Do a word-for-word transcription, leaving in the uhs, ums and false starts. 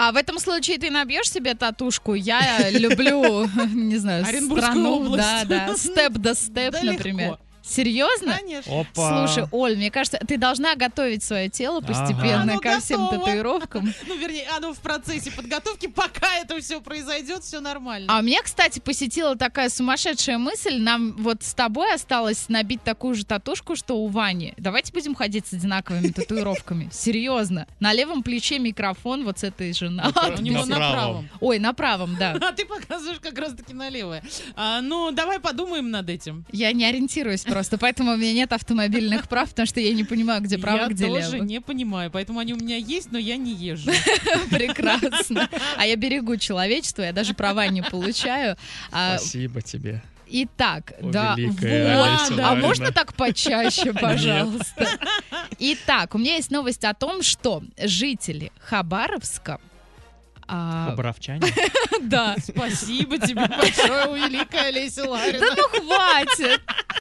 А в этом случае ты набьешь себе татушку. Я люблю, не знаю, страну. Да, да. Степ да степ, например. Серьезно? Конечно. Опа. Слушай, Оль, мне кажется, ты должна готовить свое тело постепенно Ага. ко всем Оно готово. татуировкам. Ну, вернее, оно в процессе подготовки, пока это все произойдет, все нормально. А меня, кстати, посетила такая сумасшедшая мысль. Нам вот с тобой осталось набить такую же татушку, что у Вани. Давайте будем ходить с одинаковыми татуировками. Серьезно. На левом плече микрофон вот с этой же У надписью. него на правом. правом. Ой, на правом, да. А ты показываешь как раз-таки на левое. А, ну, давай подумаем над этим. Я не ориентируюсь просто, поэтому у меня нет автомобильных прав, потому что я не понимаю, где право, я где тоже лево. не понимаю, поэтому они у меня есть, но я не езжу. Прекрасно. А я берегу человечество, я даже права не получаю. А, Спасибо тебе. Итак, О, да, великая вот. Олеся А Ларина. можно так почаще, пожалуйста? Итак, у меня есть новость о том, что жители Хабаровска... а, Хабаровчане. да. Спасибо тебе большое, великая Олеся Ларина. Да ну хватит!